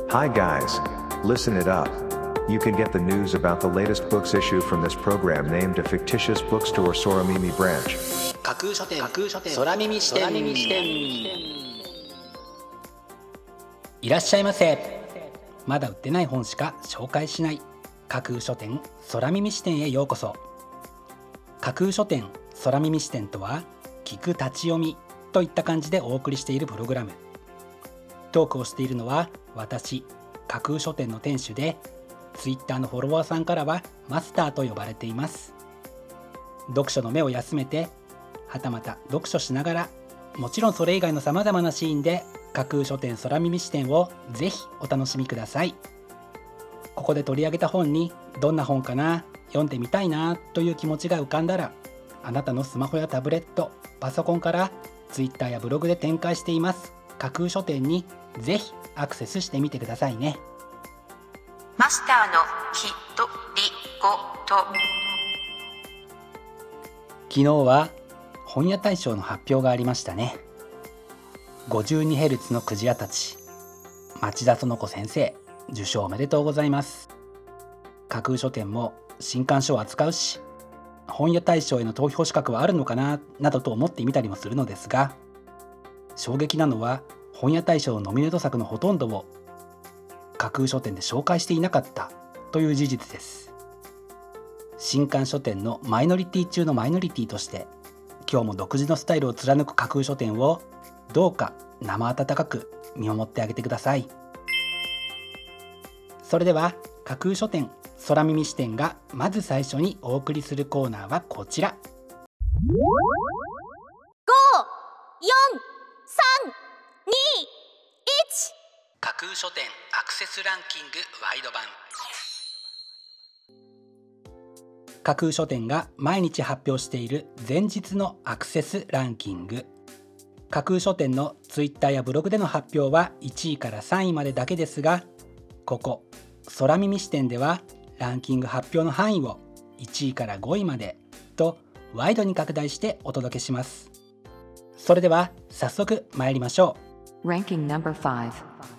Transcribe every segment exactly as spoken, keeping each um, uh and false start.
Hi guys, listen it up. You can get the news about the latest books issue from this program named a fictitious bookstore Soramimi branch. 架空書店空耳視点いらっしゃいませ。まだ売ってない本しか紹介しない架空書店空耳視点へようこそ。架空書店空耳視点とは、聞く立ち読みといった感じでお送りしているプログラム。トークをしているのは私、架空書店の店主で、ツイッターのフォロワーさんからはマスターと呼ばれています。読書の目を休めて、はたまた読書しながら、もちろんそれ以外のさまざまなシーンで架空書店空耳視点をぜひお楽しみください。ここで取り上げた本にどんな本かな、読んでみたいなという気持ちが浮かんだら、あなたのスマホやタブレット、パソコンからツイッターやブログで展開しています架空書店にぜひアクセスしてみてくださいね。 マスターのひとりごと。 昨日は本屋大賞の発表がありましたね。 ごじゅうにヘルツ のクジラたち、町田園子先生、受賞おめでとうございます。架空書店も新刊書を扱うし、本屋大賞への投票資格はあるのかななどと思ってみたりもするのですが、衝撃なのは本屋大賞のノミネート作のほとんどを架空書店で紹介していなかったという事実です。新刊書店のマイノリティ中のマイノリティとして、今日も独自のスタイルを貫く架空書店をどうか生温かく見守ってあげてください。それでは架空書店空耳視点がまず最初にお送りするコーナーはこちら。 ご、よん、さん、に、いち。 架空書店アクセスランキングワイド版。架空書店が毎日発表している前日のアクセスランキング。架空書店のツイッターやブログでの発表はいちいからさんいまでだけですが、ここ空耳視点ではランキング発表の範囲をいちいからごいまでとワイドに拡大してお届けします。それでは早速参りましょう。 Ranking number five。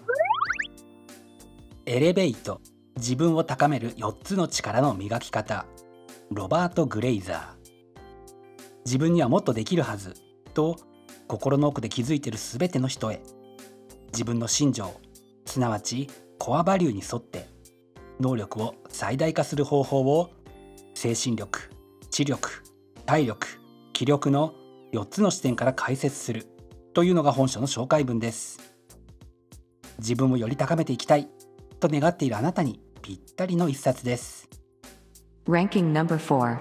エレベイト、自分を高めるよっつの力の磨き方、ロバート・グレイザー。自分にはもっとできるはずと心の奥で気づいているすべての人へ、自分の信条、すなわちコアバリューに沿って能力を最大化する方法を精神力、知力、体力、気力のよっつの視点から解説するというのが本書の紹介文です。自分をより高めていきたいと願っているあなたにぴったりの一冊です。 Ranking number four。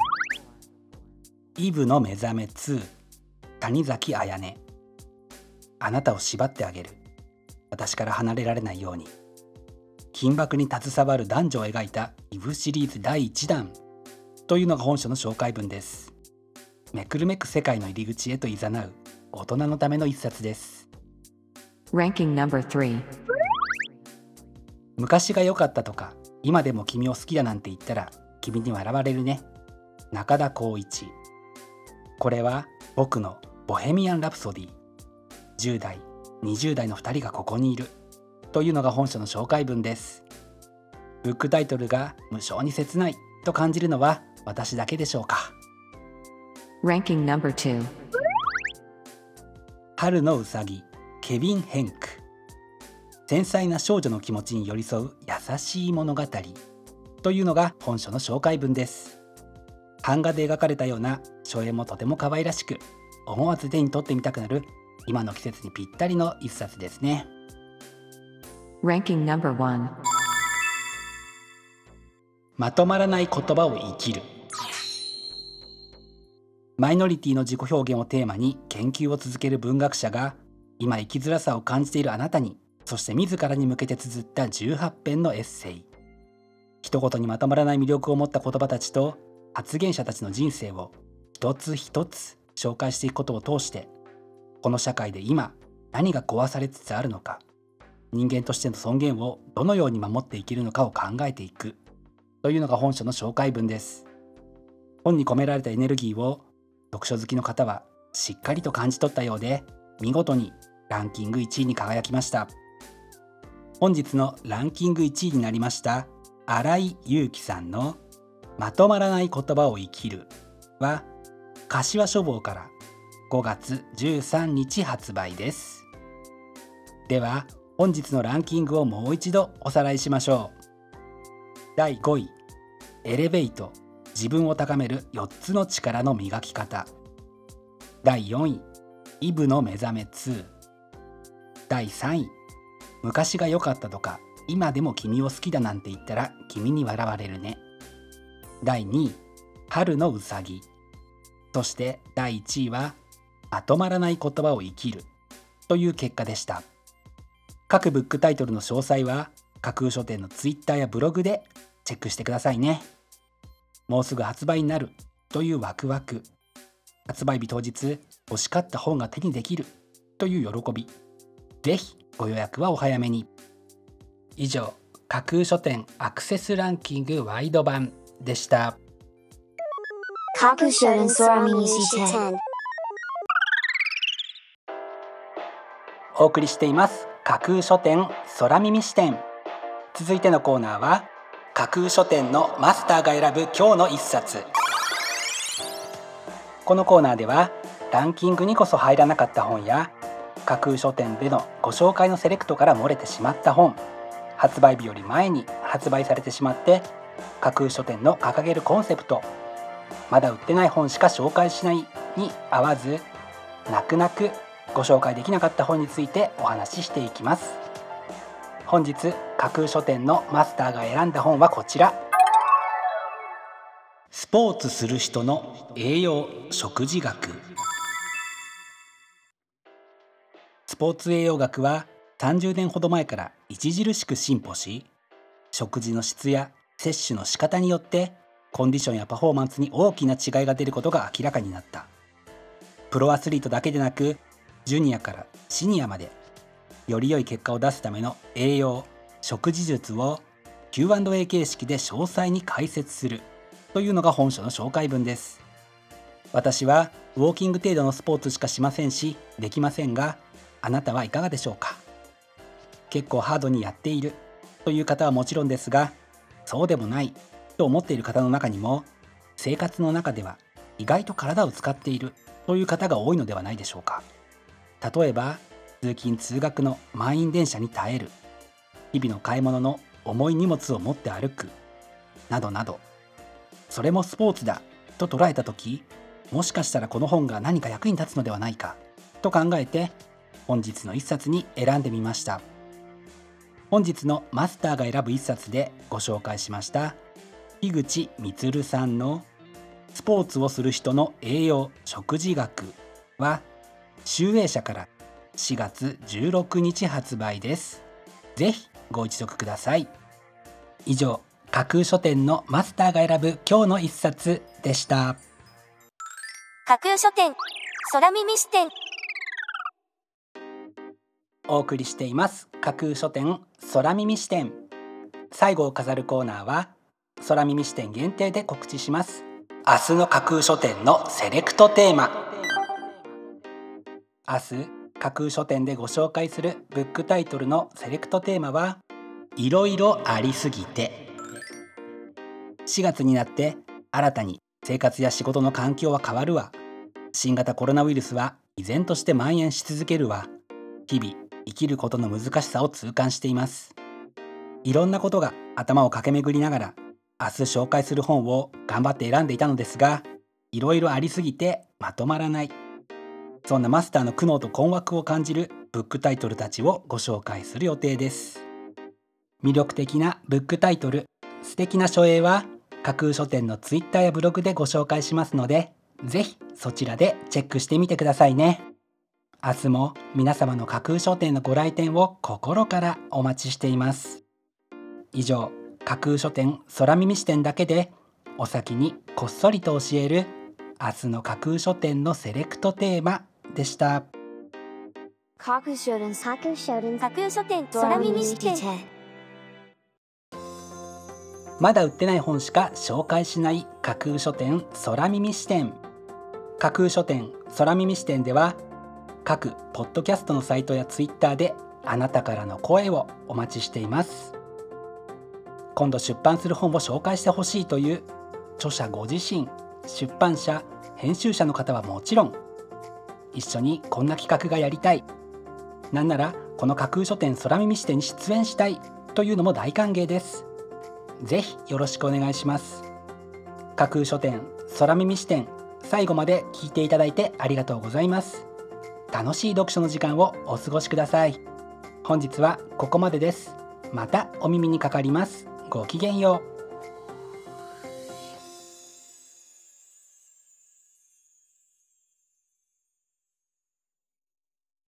イブの目覚めに、谷崎彩音。あなたを縛ってあげる、私から離れられないように。緊縛に携わる男女を描いたイブシリーズだいいちだんというのが本書の紹介文です。めくるめく世界の入り口へと誘う大人のための一冊です。 Ranking number three。 昔が良かったとか、今でも君を好きだなんて言ったら君に笑われるね、中田光一。これは僕のボヘミアン・ラプソディ、じゅう代にじゅう代のふたりがここにいるというのが本書の紹介文です。ブックタイトルが無性に切ないと感じるのは私だけでしょうか。 Ranking number two。 春のうさぎ、ケビン・ヘンク。繊細な少女の気持ちに寄り添う優しい物語というのが本書の紹介文です。版画で描かれたような書影もとても可愛らしく、思わず手に取ってみたくなる今の季節にぴったりの一冊ですね。 Ranking number one。 まとまらない言葉を生きる。マイノリティの自己表現をテーマに研究を続ける文学者が、今生きづらさを感じているあなたに、そして自らに向けて綴ったじゅうはちぺんのエッセイ。一言にまとまらない魅力を持った言葉たちと発言者たちの人生を一つ一つ紹介していくことを通して、この社会で今何が壊されつつあるのか、人間としての尊厳をどのように守っていけるのかを考えていくというのが本書の紹介文です。本に込められたエネルギーを読書好きの方はしっかりと感じ取ったようで、見事にランキングいちいに輝きました。 本日のランキングいちいになりました新井祐樹さんのまとまらない言葉を生きるは柏書房からごがつじゅうさんにち発売です。では本日のランキングをもう一度おさらいしましょう。だいごい、エレベイト、自分を高めるよっつの力の磨き方。だいよんい、イブの目覚めに。だいさんい、昔が良かったとか今でも君を好きだなんて言ったら君に笑われるね。だいにい、春のうさぎ。そしてだいいちいはまとまらない言葉を生きるという結果でした。各ブックタイトルの詳細は架空書店のツイッターやブログでチェックしてくださいね。もうすぐ発売になるというワクワク、発売日当日欲しかった本が手にできるという喜び、ぜひご予約はお早めに。以上、架空書店アクセスランキングワイド版でした。 架空書店空耳視点。 お送りしています架空書店空耳視点。続いてのコーナーは架空書店のマスターが選ぶ今日の一冊。このコーナーではランキングにこそ入らなかった本や架空書店でのご紹介のセレクトから漏れてしまった本、発売日より前に発売されてしまって架空書店の掲げるコンセプト、まだ売ってない本しか紹介しないに合わず、泣く泣くご紹介できなかった本についてお話ししていきます。本日架空書店のマスターが選んだ本はこちら。スポーツする人の栄養食事学。スポーツ栄養学はさんじゅうねんほど前から著しく進歩し、食事の質や摂取の仕方によってコンディションやパフォーマンスに大きな違いが出ることが明らかになった。プロアスリートだけでなくジュニアからシニアまでより良い結果を出すための栄養食事術を キューアンドエー 形式で詳細に解説するというのが本書の紹介文です。私はウォーキング程度のスポーツしかしませんしできませんが、あなたはいかがでしょうか。結構ハードにやっているという方はもちろんですが、そうでもないと思っている方の中にも生活の中では意外と体を使っているという方が多いのではないでしょうか。例えば通勤通学の満員電車に耐える、日々の買い物の重い荷物を持って歩くなどなど、それもスポーツだと捉えたとき、もしかしたらこの本が何か役に立つのではないかと考えて本日の一冊に選んでみました。本日のマスターが選ぶ一冊でご紹介しました樋口充さんのスポーツをする人の栄養食事学は集英社からしがつじゅうろくにち発売です。ぜひご一読ください。以上、架空書店のマスターが選ぶ今日の一冊でした。 架空書店空耳視点。 お送りしています架空書店空耳視点。最後を飾るコーナーは空耳視点限定で告知します。明日の架空書店のセレクトテーマ。明日架空書店でご紹介するブックタイトルのセレクトテーマはいろいろありすぎて。しがつになって新たに生活や仕事の環境は変わるわ、新型コロナウイルスは依然として蔓延し続けるわ、日々生きることの難しさを痛感しています。いろんなことが頭を駆け巡りながら明日紹介する本を頑張って選んでいたのですが、いろいろありすぎてまとまらない。そんなマスターの苦悩と困惑を感じるブックタイトルたちをご紹介する予定です。魅力的なブックタイトル、素敵な書影は架空書店のツイッターやブログでご紹介しますので、ぜひそちらでチェックしてみてくださいね。明日も皆様の架空書店のご来店を心からお待ちしています。以上、架空書店空耳視点だけでお先にこっそりと教える明日の架空書店のセレクトテーマでした。 架空書店架空書店架空書店空耳視点。 まだ売ってない本しか紹介しない架空書店空耳視点。架空書店空耳視点では各ポッドキャストのサイトやツイッターであなたからの声をお待ちしています。今度出版する本を紹介してほしいという著者ご自身、出版社、編集者の方はもちろん、一緒にこんな企画がやりたい、なんならこの架空書店空耳視点に出演したいというのも大歓迎です。ぜひよろしくお願いします。架空書店空耳視点、最後まで聞いていただいてありがとうございます。楽しい読書の時間をお過ごしください。本日はここまでです。またお耳にかかります。ごきげんよう。